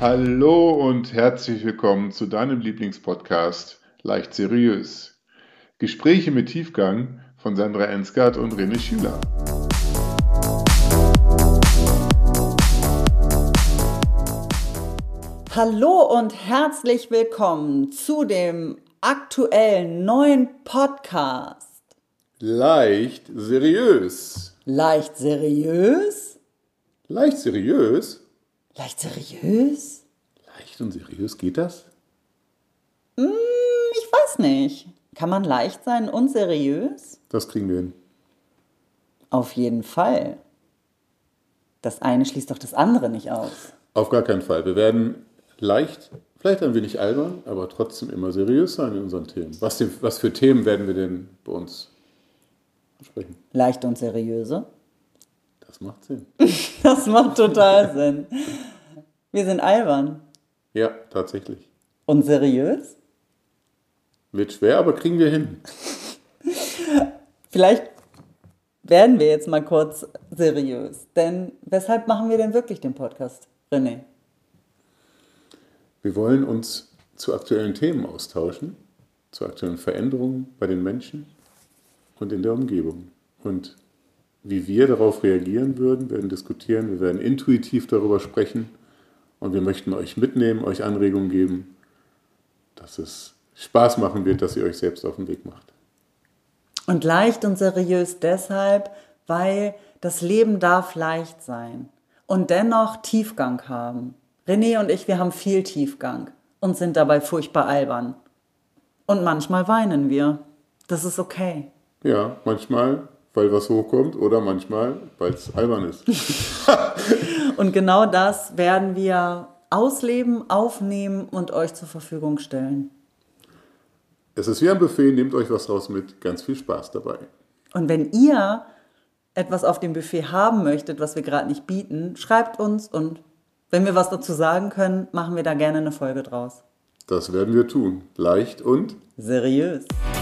Hallo und herzlich willkommen zu deinem Lieblingspodcast Leicht seriös. Gespräche mit Tiefgang von Sandra Ensgard und René Schüler. Hallo und herzlich willkommen zu dem aktuellen neuen Podcast. Leicht seriös. Leicht seriös? Leicht seriös? Leicht seriös? Leicht und seriös, geht das? Ich weiß nicht. Kann man leicht sein und seriös? Das kriegen wir hin. Auf jeden Fall. Das eine schließt doch das andere nicht aus. Auf gar keinen Fall. Wir werden leicht, vielleicht ein wenig albern, aber trotzdem immer seriös sein in unseren Themen. Was für Themen werden wir denn bei uns besprechen? Leicht und seriöse? Das macht Sinn. Das macht total Sinn. Wir sind albern. Ja, tatsächlich. Und seriös? Wird schwer, aber kriegen wir hin. Vielleicht werden wir jetzt mal kurz seriös. Denn weshalb machen wir denn wirklich den Podcast, René? Wir wollen uns zu aktuellen Themen austauschen, zu aktuellen Veränderungen bei den Menschen und in der Umgebung. Und wie wir darauf reagieren würden, werden diskutieren, wir werden intuitiv darüber sprechen und wir möchten euch mitnehmen, euch Anregungen geben, dass es Spaß machen wird, dass ihr euch selbst auf den Weg macht. Und leicht und seriös deshalb, weil das Leben darf leicht sein und dennoch Tiefgang haben. René und ich, wir haben viel Tiefgang und sind dabei furchtbar albern. Und manchmal weinen wir. Das ist okay. Ja, manchmal, weil was hochkommt oder manchmal, weil es albern ist. Und genau das werden wir ausleben, aufnehmen und euch zur Verfügung stellen. Es ist wie ein Buffet, nehmt euch was raus mit, ganz viel Spaß dabei. Und wenn ihr etwas auf dem Buffet haben möchtet, was wir gerade nicht bieten, schreibt uns und wenn wir was dazu sagen können, machen wir da gerne eine Folge draus. Das werden wir tun. Leicht und Seriös.